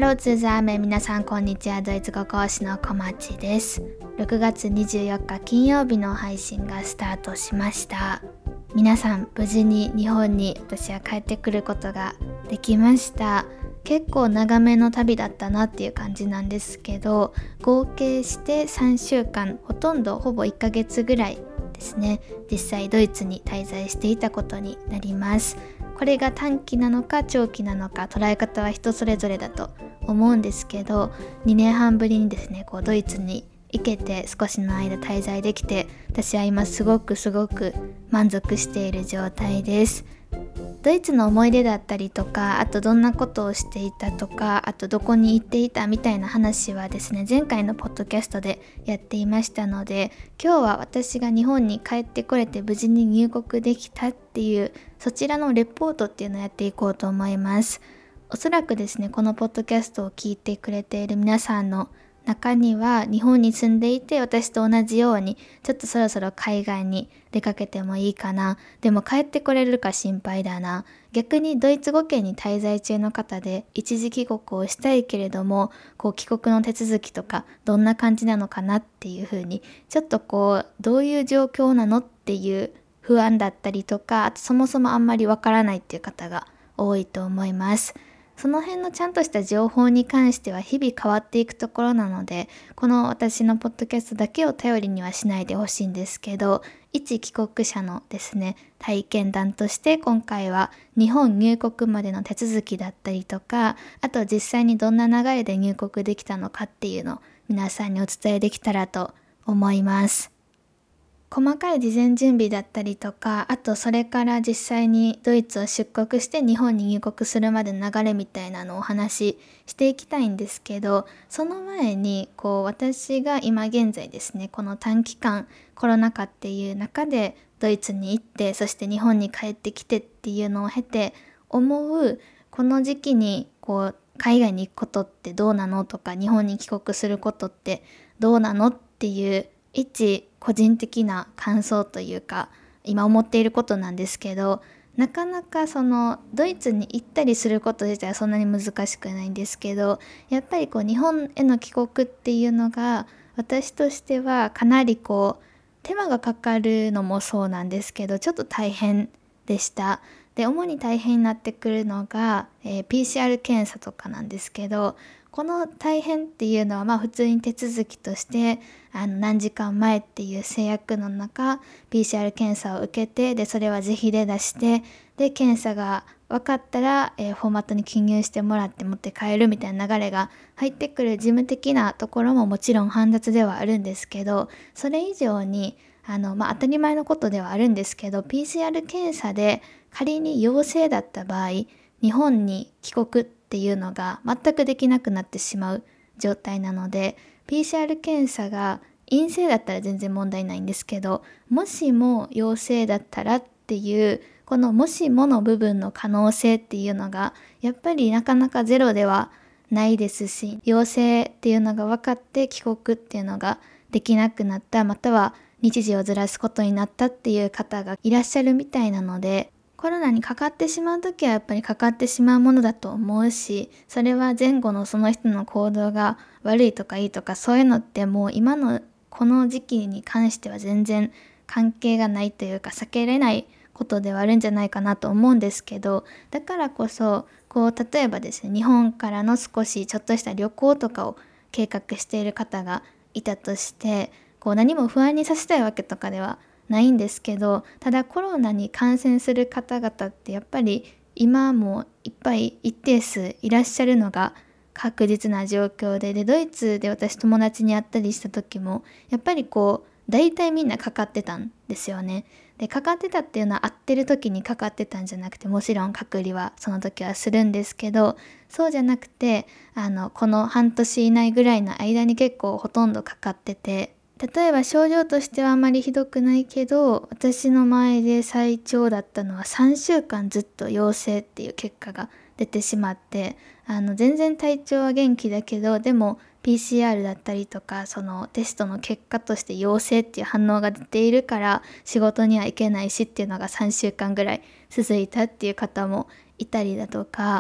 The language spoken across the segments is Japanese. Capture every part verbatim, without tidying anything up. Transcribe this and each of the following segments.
Hallo zusammen、皆さんこんにちは。ドイツ語講師の小町です。ろくがつにじゅうよっか金曜日の配信がスタートしました。皆さん無事に日本に私は帰ってくることができました。結構長めの旅だったなっていう感じなんですけど、合計してさんしゅうかん、ほとんどほぼいっかげつぐらいですね、実際ドイツに滞在していたことになります。これが短期なのか長期なのか捉え方は人それぞれだと思うんですけど、にねんはんぶりにですねこうドイツに行けて少しの間滞在できて、私は今すごくすごく満足している状態です。ドイツの思い出だったりとか、あとどんなことをしていたとか、あとどこに行っていたみたいな話はですね前回のポッドキャストでやっていましたので、今日は私が日本に帰ってこれて無事に入国できたっていうそちらのレポートっていうのをやっていこうと思います。おそらくですねこのポッドキャストを聞いてくれている皆さんの中には日本に住んでいて、私と同じようにちょっとそろそろ海外に出かけてもいいかな、でも帰ってこれるか心配だな、逆にドイツ語圏に滞在中の方で一時帰国をしたいけれども、こう帰国の手続きとかどんな感じなのかなっていう風に、ちょっとこうどういう状況なのっていう不安だったりとか、あとそもそもあんまりわからないっていう方が多いと思います。その辺のちゃんとした情報に関しては日々変わっていくところなので、この私のポッドキャストだけを頼りにはしないでほしいんですけど、一帰国者のですね体験談として今回は日本入国までの手続きだったりとか、あと実際にどんな流れで入国できたのかっていうのを皆さんにお伝えできたらと思います。細かい事前準備だったりとか、あとそれから実際にドイツを出国して日本に入国するまでの流れみたいなのをお話ししていきたいんですけど、その前にこう私が今現在ですねこの短期間コロナ禍っていう中でドイツに行って、そして日本に帰ってきてっていうのを経て思う、この時期にこう海外に行くことってどうなのとか、日本に帰国することってどうなのっていう一個人的な感想というか今思っていることなんですけど、なかなかそのドイツに行ったりすること自体はそんなに難しくないんですけど、やっぱりこう日本への帰国っていうのが私としてはかなりこう手間がかかるのもそうなんですけど、ちょっと大変でした。で主に大変になってくるのが、えー、ピーシーアール 検査とかなんですけど、この大変っていうのはまあ普通に手続きとしてあの何時間前っていう制約の中 ピーシーアール 検査を受けて、でそれは自費で出して、で検査が分かったら、えー、フォーマットに記入してもらって持って帰るみたいな流れが入ってくる事務的なところももちろん煩雑ではあるんですけど、それ以上にあの、まあ、当たり前のことではあるんですけど、 ピーシーアール 検査で仮に陽性だった場合日本に帰国っていうのが全くできなくなってしまう状態なので、 ピーシーアール 検査が陰性だったら全然問題ないんですけど、もしも陽性だったらっていうこのもしもの部分の可能性っていうのがやっぱりなかなかゼロではないですし、陽性っていうのが分かって帰国っていうのができなくなった、または日時をずらすことになったっていう方がいらっしゃるみたいなので、コロナにかかってしまうときはやっぱりかかってしまうものだと思うし、それは前後のその人の行動が悪いとかいいとかそういうのってもう今のこの時期に関しては全然関係がないというか避けれないことではあるんじゃないかなと思うんですけど、だからこそこう例えばですね日本からの少しちょっとした旅行とかを計画している方がいたとして、こう何も不安にさせたいわけとかではないんですけど、ただコロナに感染する方々ってやっぱり今もいっぱい一定数いらっしゃるのが確実な状況で、でドイツで私友達に会ったりした時もやっぱりこう大体みんなかかってたんですよね。でかかってたっていうのは会ってる時にかかってたんじゃなくて、もちろん隔離はその時はするんですけど、そうじゃなくてあのこの半年以内ぐらいの間に結構ほとんどかかってて、例えば症状としてはあまりひどくないけど、私の前で最長だったのはさんしゅうかんずっと陽性っていう結果が出てしまって、あの全然体調は元気だけど、でも ピーシーアール だったりとかそのテストの結果として陽性っていう反応が出ているから仕事には行けないしっていうのがさんしゅうかんぐらい続いたっていう方もいたりだとか、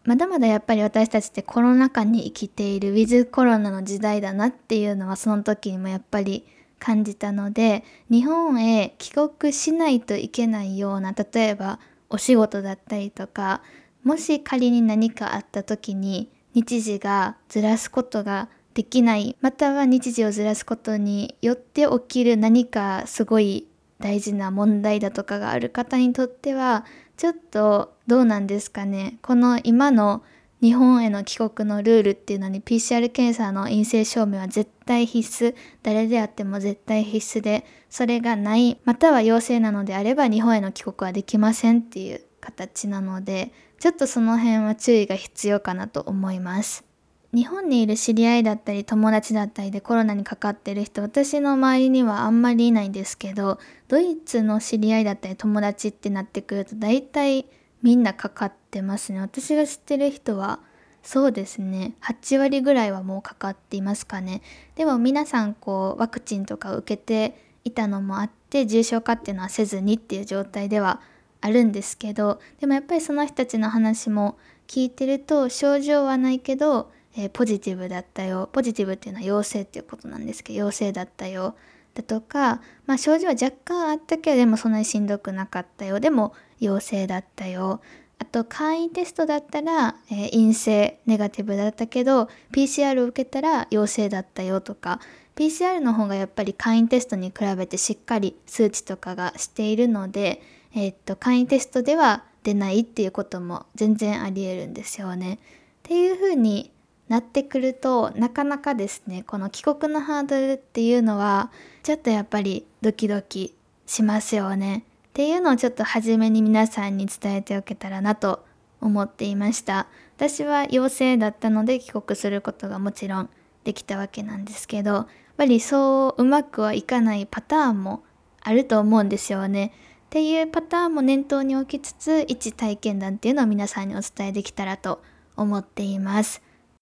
まだまだやっぱり私たちってコロナ禍に生きているウィズコロナの時代だなっていうのはその時にもやっぱり感じたので、日本へ帰国しないといけないような、例えばお仕事だったりとか、もし仮に何かあった時に日時がずらすことができない、または日時をずらすことによって起きる何かすごい大事な問題だとかがある方にとっては、ちょっとどうなんですかね。この今の日本への帰国のルールっていうのに ピーシーアール 検査の陰性証明は絶対必須、誰であっても絶対必須で、それがない、または陽性なのであれば日本への帰国はできませんっていう形なので、ちょっとその辺は注意が必要かなと思います。日本にいる知り合いだったり友達だったりでコロナにかかってる人、私の周りにはあんまりいないんですけど、ドイツの知り合いだったり友達ってなってくると大体みんなかかってますね。私が知ってる人はそうですね、はち割ぐらいはもうかかっていますかね。でも皆さんこうワクチンとかを受けていたのもあって重症化っていうのはせずにっていう状態ではあるんですけど、でもやっぱりその人たちの話も聞いてると、症状はないけどえーポジティブだったよ。ポジティブっていうのは陽性っていうことなんですけど、陽性だったよ。だとか、まあ症状は若干あったけど、でもそんなにしんどくなかったよ。でも陽性だったよ。あと簡易テストだったら、えー陰性、ネガティブだったけど、ピーシーアール を受けたら陽性だったよとか、ピーシーアール の方がやっぱり簡易テストに比べてしっかり数値とかがしているので、えーっと簡易テストでは出ないっていうことも全然あり得るんですよね。っていうふうになってくると、なかなかですね、この帰国のハードルっていうのはちょっとやっぱりドキドキしますよねっていうのをちょっと初めに皆さんに伝えておけたらなと思っていました。私は陽性だったので帰国することがもちろんできたわけなんですけど、やっぱりそううまくはいかないパターンもあると思うんですよね。っていうパターンも念頭に置きつつ、一体験談っていうのを皆さんにお伝えできたらと思っています。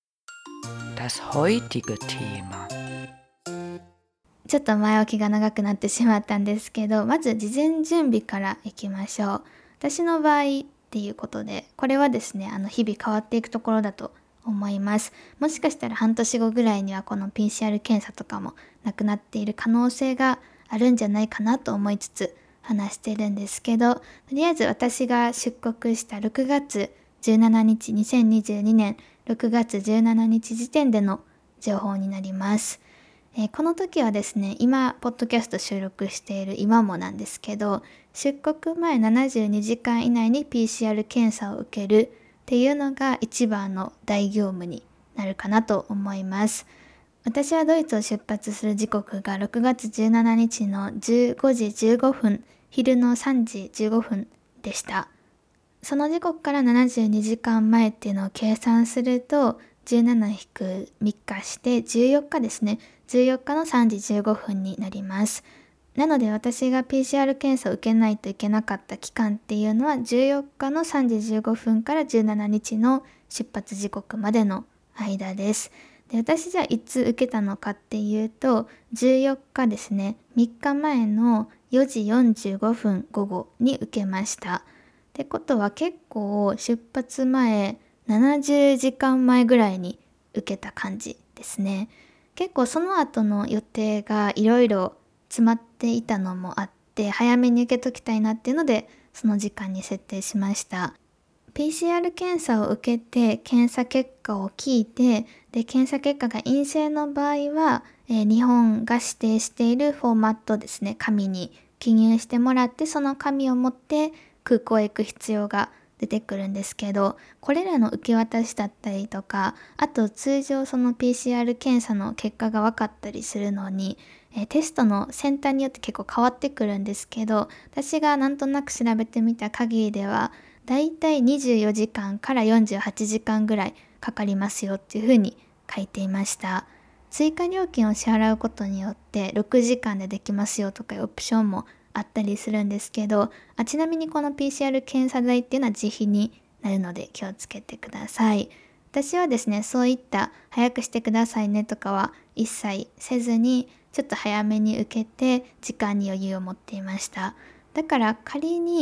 Das heutige Thema。 ちょっと前置きが長くなってしまったんですけど、まず事前準備からいきましょう。私の場合っていうことで、これはですね、あの日々変わっていくところだと思います。もしかしたら半年後ぐらいにはこの ピーシーアール 検査とかもなくなっている可能性があるんじゃないかなと思いつつ話してるんですけど、とりあえず私が出国したろくがつじゅうしちにち、にせんにじゅうにねんろくがつじゅうしちにち時点での情報になります。えーこの時はですね、今、ポッドキャスト収録している今もなんですけど、出国前ななじゅうにじかん以内に ピーシーアール 検査を受けるっていうのが一番の大業務になるかなと思います。私はドイツを出発する時刻がろくがつじゅうしちにちのじゅうごじじゅうごふん、昼のさんじじゅうごふんでした。その時刻からななじゅうにじかんまえっていうのを計算すると、じゅうななひくみっかしてじゅうよっかですね。じゅうよっかのさんじじゅうごふんになります。なので私が ピーシーアール 検査を受けないといけなかった期間っていうのはじゅうよっかのさんじじゅうごふんからじゅうしちにちの出発時刻までの間です。で、私じゃあいつ受けたのかっていうと、じゅうよっかですね、みっかまえのよじよんじゅうごふん午後に受けました。ってことは結構出発前ななじゅうじかんまえぐらいに受けた感じですね。結構その後の予定がいろいろ詰まっていたのもあって、早めに受けときたいなっていうのでその時間に設定しました。ピーシーアール 検査を受けて検査結果を聞いて、で検査結果が陰性の場合は、えー日本が指定しているフォーマットですね、紙に記入してもらって、その紙を持って空港へ行く必要が出てくるんですけど、これらの受け渡しだったりとか、あと通常その ピーシーアール 検査の結果が分かったりするのに、えーテストの先端によって結構変わってくるんですけど、私がなんとなく調べてみた限りでは、だいたいにじゅうよじかんからよんじゅうはちじかんぐらいかかりますよっていうふうに書いていました。追加料金を支払うことによってろくじかんでできますよとかいうオプションもあったりするんですけど、あちなみにこの ピーシーアール 検査代っていうのは自費になるので気をつけてください。私はですね、そういった早くしてくださいねとかは一切せずに、ちょっと早めに受けて時間に余裕を持っていました。だから仮に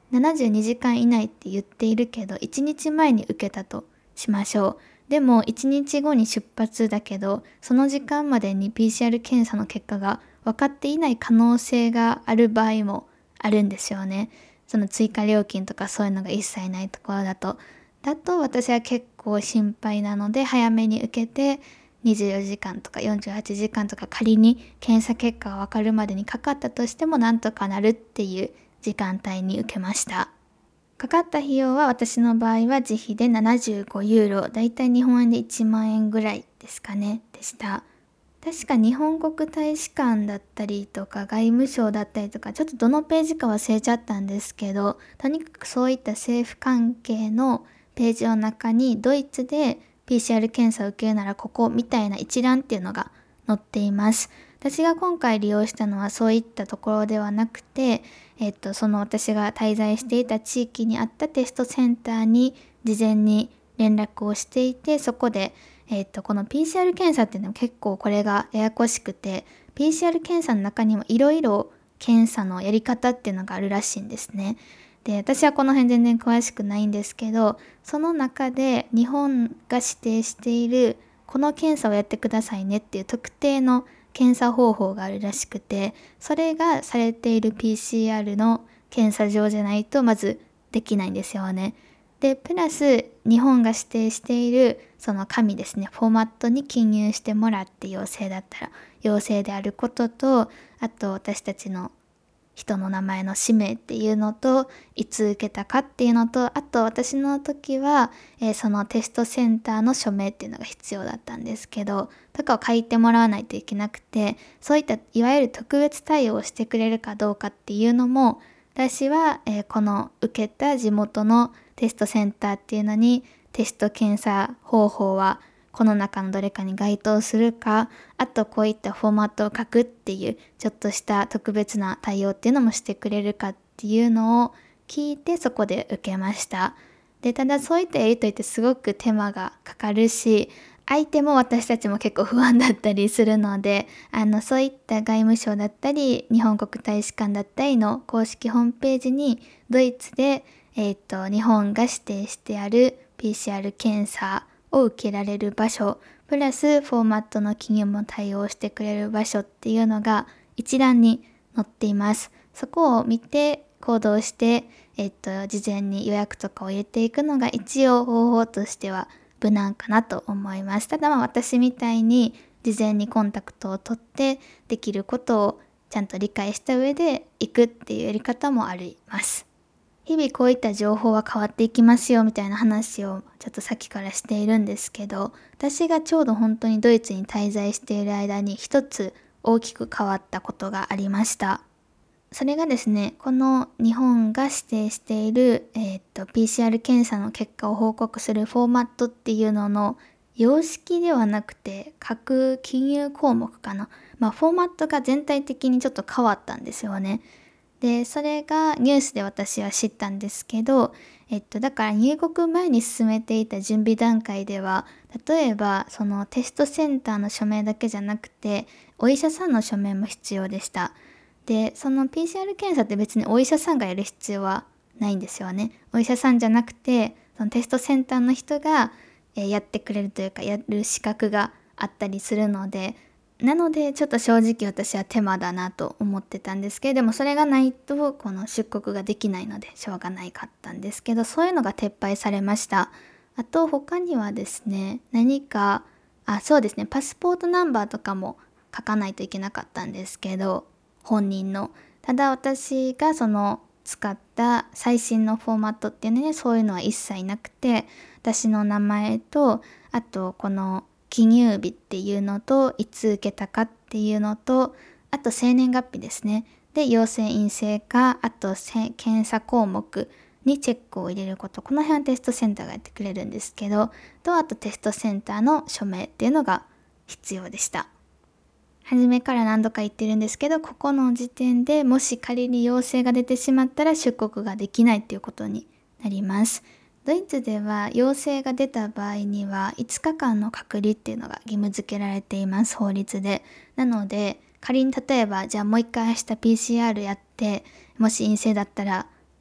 ななじゅうにじかん以内って言っているけどいちにちまえに受けたとしましょう。でもいちにちごに出発だけど、その時間までに ピーシーアール 検査の結果が分かっていない可能性がある場合もあるんですよね。その追加料金とかそういうのが一切ないところだと。だと私は結構心配なので、早めに受けてにじゅうよじかんとかよんじゅうはちじかんとか、仮に検査結果が分かるまでにかかったとしてもなんとかなるっていう時間帯に受けました。かかった費用は私の場合は自費でななじゅうごユーロ、だいたい日本円でいちまんえんぐらいですかね、でした。確か日本国大使館だったりとか外務省だったりとか、ちょっとどのページか忘れちゃったんですけど、とにかくそういった政府関係のページの中にドイツで ピーシーアール 検査を受けるならここみたいな一覧っていうのが載っています。私が今回利用したのはそういったところではなくて、えっと、その私が滞在していた地域にあったテストセンターに事前に連絡をしていて、そこで、えっと、この ピーシーアール 検査っていうのも結構これがややこしくて、ピーシーアール 検査の中にもいろいろ検査のやり方っていうのがあるらしいんですね。で、私はこの辺全然詳しくないんですけど、その中で日本が指定しているこの検査をやってくださいねっていう特定の検査方法があるらしくて、それがされている ピーシーアール の検査場じゃないとまずできないんですよね。で、プラス日本が指定しているその紙ですね、フォーマットに記入してもらって陽性だったら陽性であることと、あと私たちの人の名前の氏名っていうのと、いつ受けたかっていうのと、あと私の時は、えー、そのテストセンターの署名っていうのが必要だったんですけど、とかを書いてもらわないといけなくて、そういったいわゆる特別対応をしてくれるかどうかっていうのも、私は、えー、この受けた地元のテストセンターっていうのに、テスト検査方法はこの中のどれかに該当するか、あとこういったフォーマットを書くっていうちょっとした特別な対応っていうのもしてくれるかっていうのを聞いて、そこで受けました。で、ただそういったやりとりってすごく手間がかかるし、相手も私たちも結構不安だったりするので、あのそういった外務省だったり日本国大使館だったりの公式ホームページにドイツで、えーと、日本が指定してある ピーシーアール 検査を受けられる場所、プラスフォーマットの記入も対応してくれる場所っていうのが一覧に載っています。そこを見て行動して、えっと、事前に予約とかを入れていくのが一応方法としては無難かなと思います。ただまあ私みたいに事前にコンタクトを取ってできることをちゃんと理解した上で行くっていうやり方もあります。日々こういった情報は変わっていきますよみたいな話をちょっとさっきからしているんですけど、私がちょうど本当にドイツに滞在している間に一つ大きく変わったことがありました。それがですね、この日本が指定している、えー、っと ピーシーアール 検査の結果を報告するフォーマットっていうのの様式ではなくて各記入項目かな。まあフォーマットが全体的にちょっと変わったんですよね。で、それがニュースで私は知ったんですけど、えっと、だから入国前に進めていた準備段階では、例えばそのテストセンターの署名だけじゃなくて、お医者さんの署名も必要でした。で、その ピーシーアール 検査って別にお医者さんがやる必要はないんですよね。お医者さんじゃなくて、そのテストセンターの人がやってくれるというか、やる資格があったりするので、なのでちょっと正直私は手間だなと思ってたんですけれども、それがないとこの出国ができないのでしょうがないかったんですけど、そういうのが撤廃されました。あと他にはですね、何かあそうですねパスポートナンバーとかも書かないといけなかったんですけど、本人のただ私がその使った最新のフォーマットっていうのにそういうのは一切なくて、私の名前とあとこの記入日っていうのといつ受けたかっていうのと、あと生年月日ですね。で陽性陰性か、あと検査項目にチェックを入れること、この辺はテストセンターがやってくれるんですけど、とあとテストセンターの署名っていうのが必要でした。初めから何度か言ってるんですけど、ここの時点でもし仮に陽性が出てしまったら出国ができないっていうことになります。ドイツでは陽性が出た場合にはいつかかんの隔離っていうのが義務付けられています、法律で。なので仮に例えばじゃあもう一回明日 ピーシーアール やって、もし陰性だったら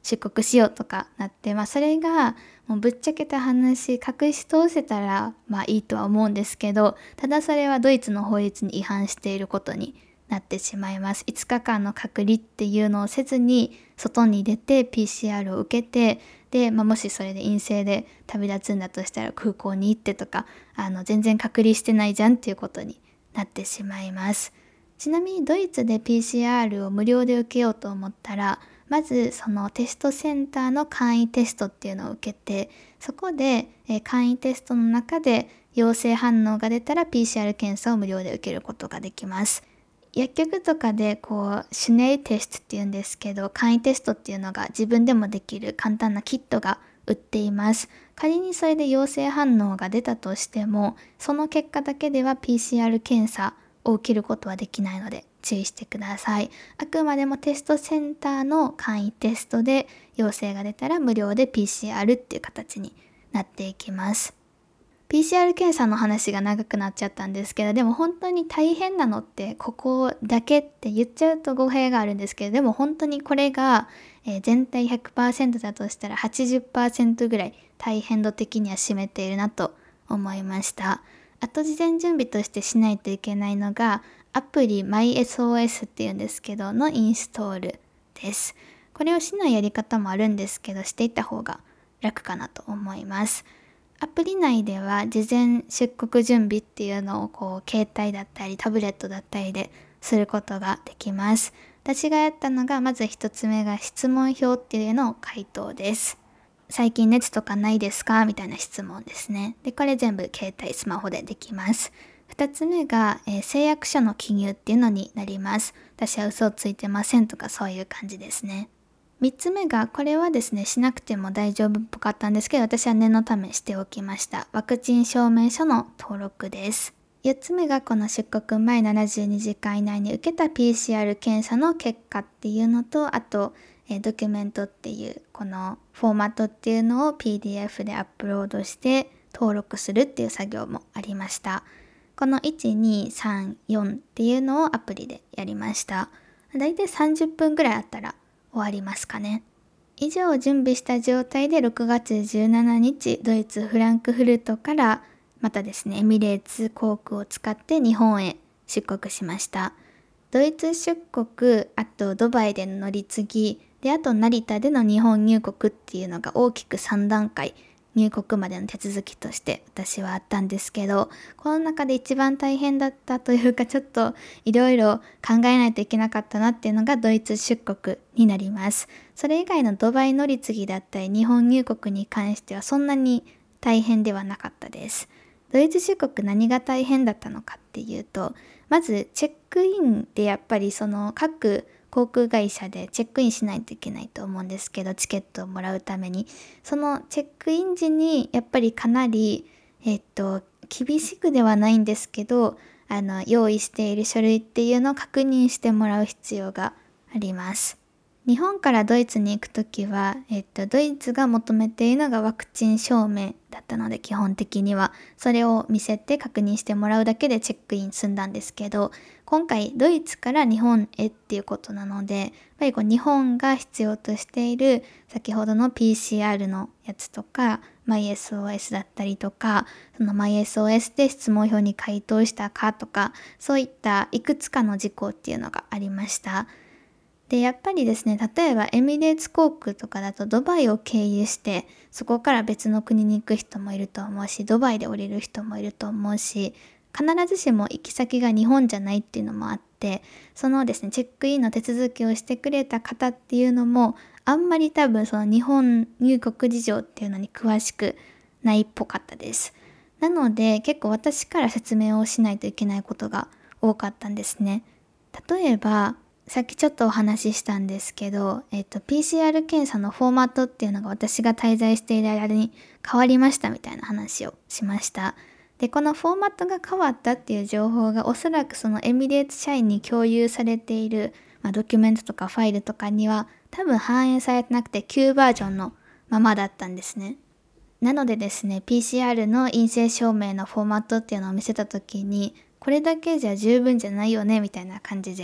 出国しようとかなって、まあそれがもうぶっちゃけた話隠し通せたらまあいいとは思うんですけど、ただそれはドイツの法律に違反していることになってしまいます。いつかかんの隔離っていうのをせずに外に出て ピーシーアール を受けて、で、まあ、もしそれで陰性で旅立つんだとしたら空港に行ってとか、あの全然隔離してないじゃんっていうことになってしまいます。ちなみにドイツで ピーシーアール を無料で受けようと思ったら、まずそのテストセンターの簡易テストっていうのを受けて、そこで、えー簡易テストの中で陽性反応が出たら ピーシーアール 検査を無料で受けることができます。薬局とかでこうシュネルテストっていうんですけど、簡易テストっていうのが自分でもできる簡単なキットが売っています。仮にそれで陽性反応が出たとしても、その結果だけでは ピーシーアール 検査を受けることはできないので注意してください。あくまでもテストセンターの簡易テストで陽性が出たら無料で ピーシーアール っていう形になっていきます。ピーシーアール 検査の話が長くなっちゃったんですけど、でも本当に大変なのってここだけって言っちゃうと語弊があるんですけど、でも本当にこれが、えー全体 ひゃくパーセント だとしたら はちじゅっパーセント ぐらい大変度的には占めているなと思いました。あと事前準備としてしないといけないのがアプリ マイエスオーエス っていうんですけどのインストールです。これをしないやり方もあるんですけど、していった方が楽かなと思います。アプリ内では事前出国準備っていうのをこう携帯だったりタブレットだったりですることができます。私がやったのがまず一つ目が質問票っていうのを回答です。最近熱とかないですかみたいな質問ですね。で、これ全部携帯スマホでできます。二つ目が、えー誓約書の記入っていうのになります。私は嘘をついてませんとかそういう感じですね。三つ目が、これはですね、しなくても大丈夫っぽかったんですけど、私は念のためしておきました。ワクチン証明書の登録です。四つ目が、この出国前ななじゅうにじかん以内に受けた ピーシーアール 検査の結果っていうのと、あと、えードキュメントっていう、このフォーマットっていうのを ピーディーエフ でアップロードして登録するっていう作業もありました。このいち、に、さん、よんっていうのをアプリでやりました。だいたいさんじゅっぷんぐらいあったら終わりますかね。以上準備した状態でろくがつじゅうしちにちドイツフランクフルトからまたですねエミレーツ航空を使って日本へ出国しました。ドイツ出国、あとドバイでの乗り継ぎで、あと成田での日本入国っていうのが大きくさんだんかい入国までの手続きとして私はあったんですけど、この中で一番大変だったというか、ちょっといろいろ考えないといけなかったなっていうのがドイツ出国になります。それ以外のドバイ乗り継ぎだったり日本入国に関してはそんなに大変ではなかったです。ドイツ出国何が大変だったのかっていうと、まずチェックインでやっぱりその各航空会社でチェックインしないといけないと思うんですけど、チケットをもらうためにそのチェックイン時にやっぱりかなりえっと厳しくではないんですけど、あの用意している書類っていうのを確認してもらう必要があります。日本からドイツに行くときは、えっと、ドイツが求めているのがワクチン証明だったので、基本的にはそれを見せて確認してもらうだけでチェックイン済んだんですけど、今回ドイツから日本へっていうことなので、やっぱりこう日本が必要としている先ほどの ピーシーアール のやつとか マイエスオーエス だったりとか、その マイエスオーエス で質問票に回答したかとか、そういったいくつかの事項っていうのがありました。で、やっぱりですね、例えばエミレーツ航空とかだとドバイを経由して、そこから別の国に行く人もいると思うし、ドバイで降りる人もいると思うし、必ずしも行き先が日本じゃないっていうのもあって、そのですね、チェックインの手続きをしてくれた方っていうのも、あんまり多分その日本入国事情っていうのに詳しくないっぽかったです。なので、結構私から説明をしないといけないことが多かったんですね。例えば、さっきちょっとお話ししたんですけど、えっと、ピーシーアール 検査のフォーマットっていうのが私が滞在している間に変わりましたみたいな話をしました。で、このフォーマットが変わったっていう情報がおそらくそのエミレーツ社員に共有されている、まあ、ドキュメントとかファイルとかには多分反映されてなくて旧バージョンのままだったんですね。なのでですね、ピーシーアール の陰性証明のフォーマットっていうのを見せたときに、これだけじゃ十分じゃないよねみたいな感じで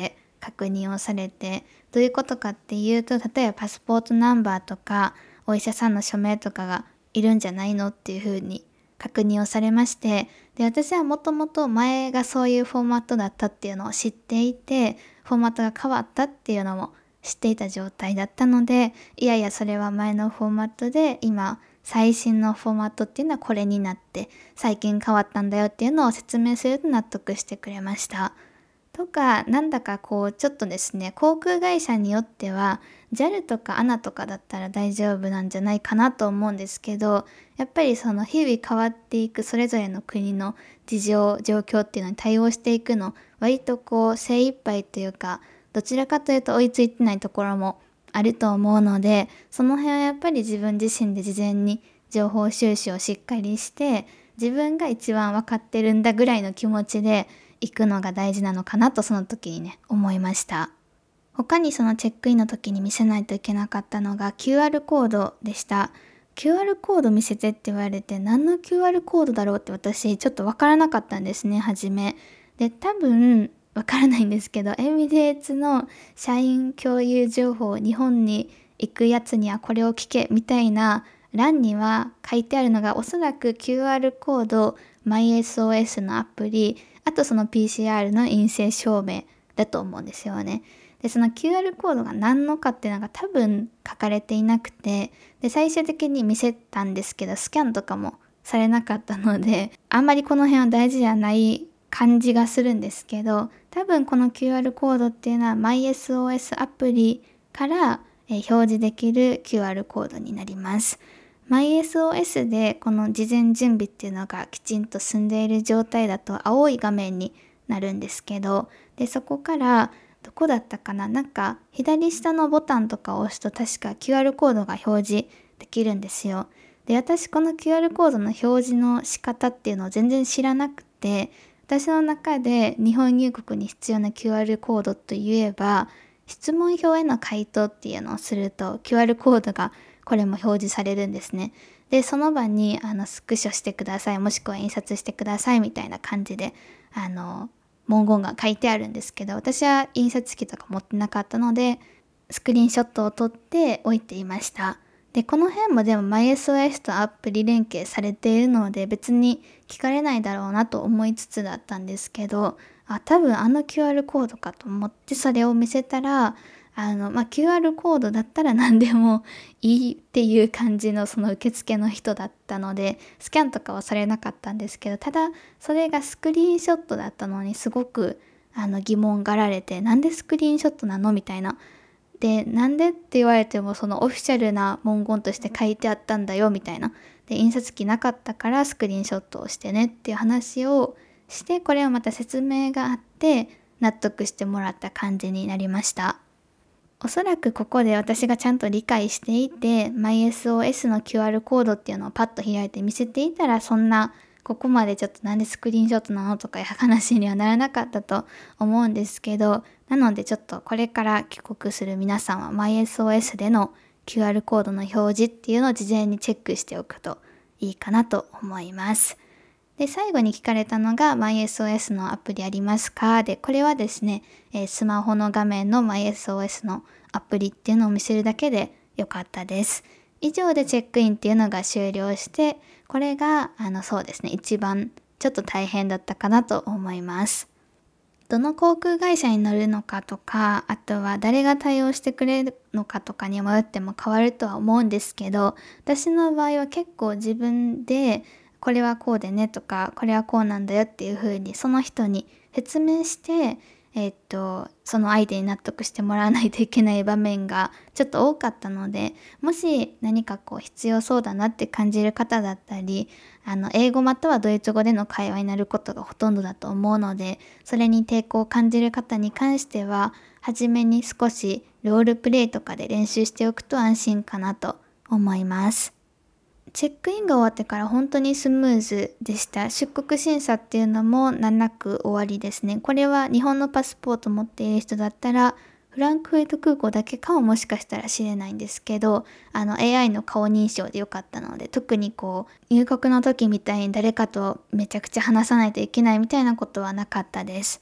確認をされて、どういうことかっていうと、例えばパスポートナンバーとかお医者さんの署名とかがいるんじゃないのっていうふうに確認をされまして、で私はもともと前がそういうフォーマットだったっていうのを知っていて、フォーマットが変わったっていうのも知っていた状態だったので、いやいやそれは前のフォーマットで、今最新のフォーマットっていうのはこれになって最近変わったんだよっていうのを説明すると納得してくれました。とか、なんだかこうちょっとですね、航空会社によっては ジャル とか エーエヌエー とかだったら大丈夫なんじゃないかなと思うんですけど、やっぱりその日々変わっていくそれぞれの国の事情状況っていうのに対応していくの割とこう精一杯というか、どちらかというと追いついてないところもあると思うので、その辺はやっぱり自分自身で事前に情報収集をしっかりして、自分が一番分かってるんだぐらいの気持ちで行くのが大事なのかなと、その時にね思いました。他にそのチェックインの時に見せないといけなかったのが キューアール コードでした。キューアール コード見せてって言われて、何の キューアール コードだろうって私ちょっとわからなかったんですね、初め。で、多分わからないんですけど、エミレーツの社員共有情報、日本に行くやつにはこれを聞けみたいな欄には書いてあるのが、おそらく キューアール コード、マイエスオーエス のアプリ、あとその ピーシーアール の陰性証明だと思うんですよね。で、その キューアール コードが何のかっていうのが多分書かれていなくて、で、最終的に見せたんですけど、スキャンとかもされなかったので、あんまりこの辺は大事じゃない感じがするんですけど、多分この キューアール コードっていうのは マイエスオーエス アプリからえ表示できる キューアール コードになります。マイエスオーエス でこの事前準備っていうのがきちんと済んでいる状態だと青い画面になるんですけど、でそこからどこだったかな、なんか左下のボタンとかを押すと確か キューアール コードが表示できるんですよ。で、私この キューアール コードの表示の仕方っていうのを全然知らなくて、私の中で日本入国に必要な キューアール コードといえば、質問票への回答っていうのをすると キューアール コードがこれも表示されるんですね。で、その場にあのスクショしてください、もしくは印刷してくださいみたいな感じであの文言が書いてあるんですけど、私は印刷機とか持ってなかったのでスクリーンショットを撮っておいていました。で、この辺もでも マイエスオーエス とアプリ連携されているので別に聞かれないだろうなと思いつつだったんですけど、あ、多分あの キューアール コードかと思ってそれを見せたら、あの、まあ、キューアール コードだったら何でもいいっていう感じのその受付の人だったので、スキャンとかはされなかったんですけど、ただそれがスクリーンショットだったのにすごくあの疑問がられて、なんでスクリーンショットなのみたいな。で、なんでって言われてもそのオフィシャルな文言として書いてあったんだよみたいな。で、印刷機なかったからスクリーンショットをしてねっていう話をして、これをまた説明があって納得してもらった感じになりました。おそらくここで私がちゃんと理解していて マイエスオーエス の キューアール コードっていうのをパッと開いて見せていたら、そんなここまでちょっとなんでスクリーンショットなのとかいう話にはならなかったと思うんですけど、なのでちょっとこれから帰国する皆さんは マイエスオーエス での キューアール コードの表示っていうのを事前にチェックしておくといいかなと思います。で、最後に聞かれたのが マイエスオーエス のアプリありますか？で、これはですね、えー、スマホの画面の マイエスオーエス のアプリっていうのを見せるだけでよかったです。以上でチェックインっていうのが終了して、これがあのそうですね、一番ちょっと大変だったかなと思います。どの航空会社に乗るのかとか、あとは誰が対応してくれるのかとかによっても変わるとは思うんですけど、私の場合は結構自分でこれはこうでねとか、これはこうなんだよっていう風にその人に説明して、えっと、その相手に納得してもらわないといけない場面がちょっと多かったので、もし何かこう必要そうだなって感じる方だったり、あの英語またはドイツ語での会話になることがほとんどだと思うので、それに抵抗を感じる方に関しては、初めに少しロールプレイとかで練習しておくと安心かなと思います。チェックインが終わってから本当にスムーズでした。出国審査っていうのも難なく終わりですね。これは日本のパスポート持っている人だったらフランクフルト空港だけかももしかしたら知れないんですけど、あの エーアイ の顔認証でよかったので、特にこう入国の時みたいに誰かとめちゃくちゃ話さないといけないみたいなことはなかったです。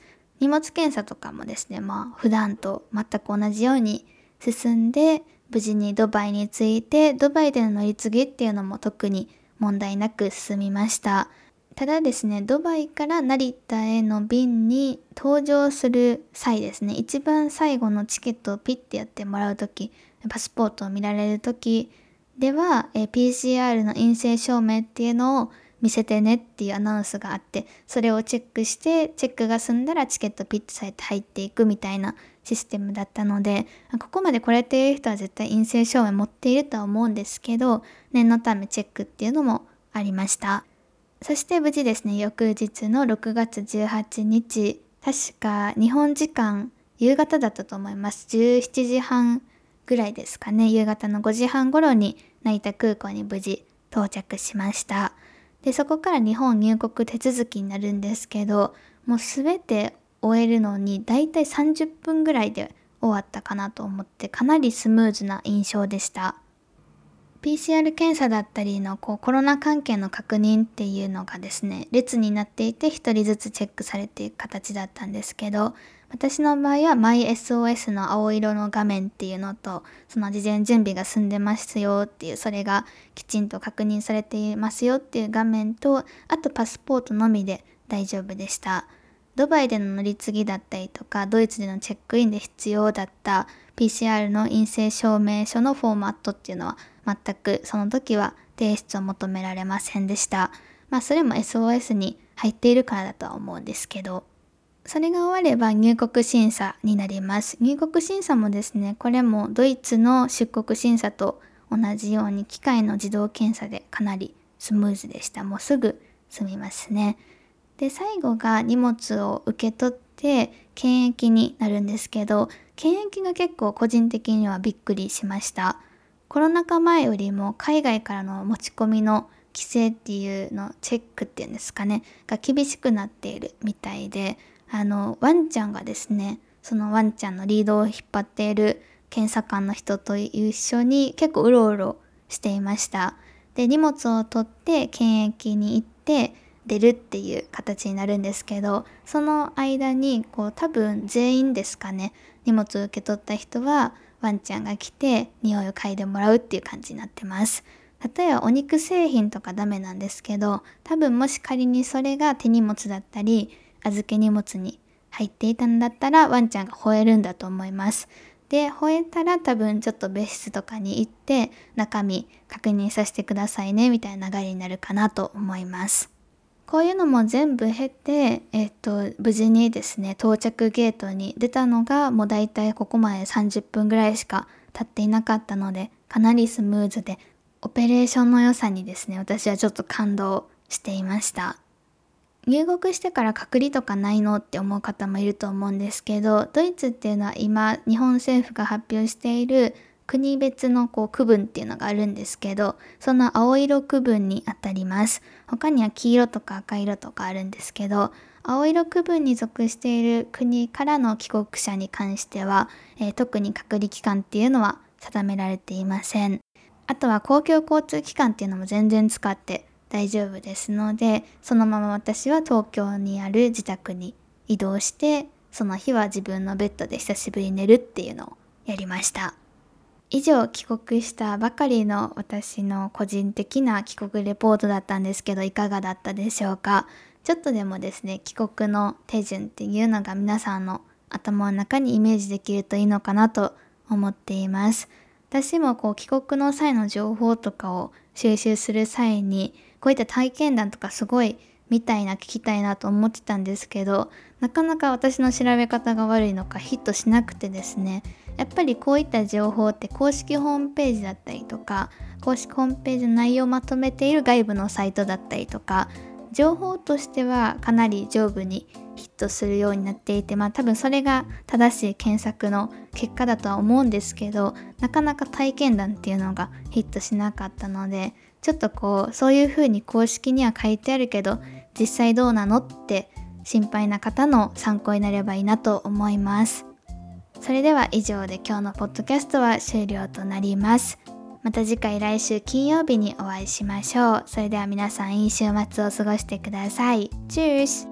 荷物検査とかもですね、まあ普段と全く同じように進んで、無事にドバイに着いて、ドバイでの乗り継ぎっていうのも特に問題なく進みました。ただですね、ドバイから成田への便に搭乗する際ですね、一番最後のチケットをピッてやってもらうとき、パスポートを見られるときでは、え ピーシーアール の陰性証明っていうのを見せてねっていうアナウンスがあって、それをチェックして、チェックが済んだらチケットピッてされて入っていくみたいなシステムだったので、ここまで来られている人は絶対陰性証明持っているとは思うんですけど、念のためチェックっていうのもありました。そして無事ですね、翌日のろくがつじゅうはちにち、確か日本時間夕方だったと思います。じゅうしちじはんぐらいですかね、夕方のごじはん頃に成田空港に無事到着しました。で、そこから日本入国手続きになるんですけど、もうすべて終えるのにだいたいさんじゅっぷんぐらいで終わったかなと思って、かなりスムーズな印象でした。ピーシーアール 検査だったりのこうコロナ関係の確認っていうのがですね、列になっていてひとりずつチェックされていく形だったんですけど、私の場合は マイエスオーエス の青色の画面っていうのと、その事前準備が済んでますよっていう、それがきちんと確認されていますよっていう画面と、あとパスポートのみで大丈夫でした。ドバイでの乗り継ぎだったりとか、ドイツでのチェックインで必要だった ピーシーアール の陰性証明書のフォーマットっていうのは全くその時は提出を求められませんでした。まあそれも エスオーエス に入っているからだとは思うんですけど、それが終われば入国審査になります。入国審査もですね、これもドイツの出国審査と同じように機械の自動検査でかなりスムーズでした。もうすぐ済みますね。で、最後が荷物を受け取って検疫になるんですけど、検疫が結構個人的にはびっくりしました。コロナ禍前よりも海外からの持ち込みの規制っていうのチェックっていうんですかねが厳しくなっているみたいで、あのワンちゃんがですね、そのワンちゃんのリードを引っ張っている検査官の人と一緒に結構うろうろしていました。で、荷物を取って検疫に行って出るっていう形になるんですけど、その間にこう多分全員ですかね、荷物を受け取った人はワンちゃんが来て匂いを嗅いでもらうっていう感じになってます。例えばお肉製品とかダメなんですけど、多分もし仮にそれが手荷物だったり預け荷物に入っていたんだったらワンちゃんが吠えるんだと思います。で、吠えたら多分ちょっと別室とかに行って中身確認させてくださいねみたいな流れになるかなと思います。こういうのも全部経て、えっと、無事にですね、到着ゲートに出たのがもうだいたいここまでさんじゅっぷんぐらいしか経っていなかったので、かなりスムーズで、オペレーションの良さにですね、私はちょっと感動していました。入国してから隔離とかないのって思う方もいると思うんですけど、ドイツっていうのは今日本政府が発表している国別のこう区分っていうのがあるんですけど、その青色区分にあたります。他には黄色とか赤色とかあるんですけど、青色区分に属している国からの帰国者に関しては、えー、特に隔離期間っていうのは定められていません。あとは公共交通機関っていうのも全然使って大丈夫ですので、そのまま私は東京にある自宅に移動して、その日は自分のベッドで久しぶりに寝るっていうのをやりました。以上、帰国したばかりの私の個人的な帰国レポートだったんですけど、いかがだったでしょうか。ちょっとでもですね、帰国の手順っていうのが皆さんの頭の中にイメージできるといいのかなと思っています。私もこう帰国の際の情報とかを収集する際に、こういった体験談とかすごい見たいな聞きたいなと思ってたんですけど、なかなか私の調べ方が悪いのかヒットしなくてですね、やっぱりこういった情報って公式ホームページだったりとか、公式ホームページの内容をまとめている外部のサイトだったりとか、情報としてはかなり上部にヒットするようになっていて、まあ多分それが正しい検索の結果だとは思うんですけど、なかなか体験談っていうのがヒットしなかったので、ちょっとこうそういう風に公式には書いてあるけど実際どうなのって心配な方の参考になればいいなと思います。それでは以上で今日のポッドキャストは終了となります。また次回来週金曜日にお会いしましょう。それでは皆さんいい週末を過ごしてください。チュース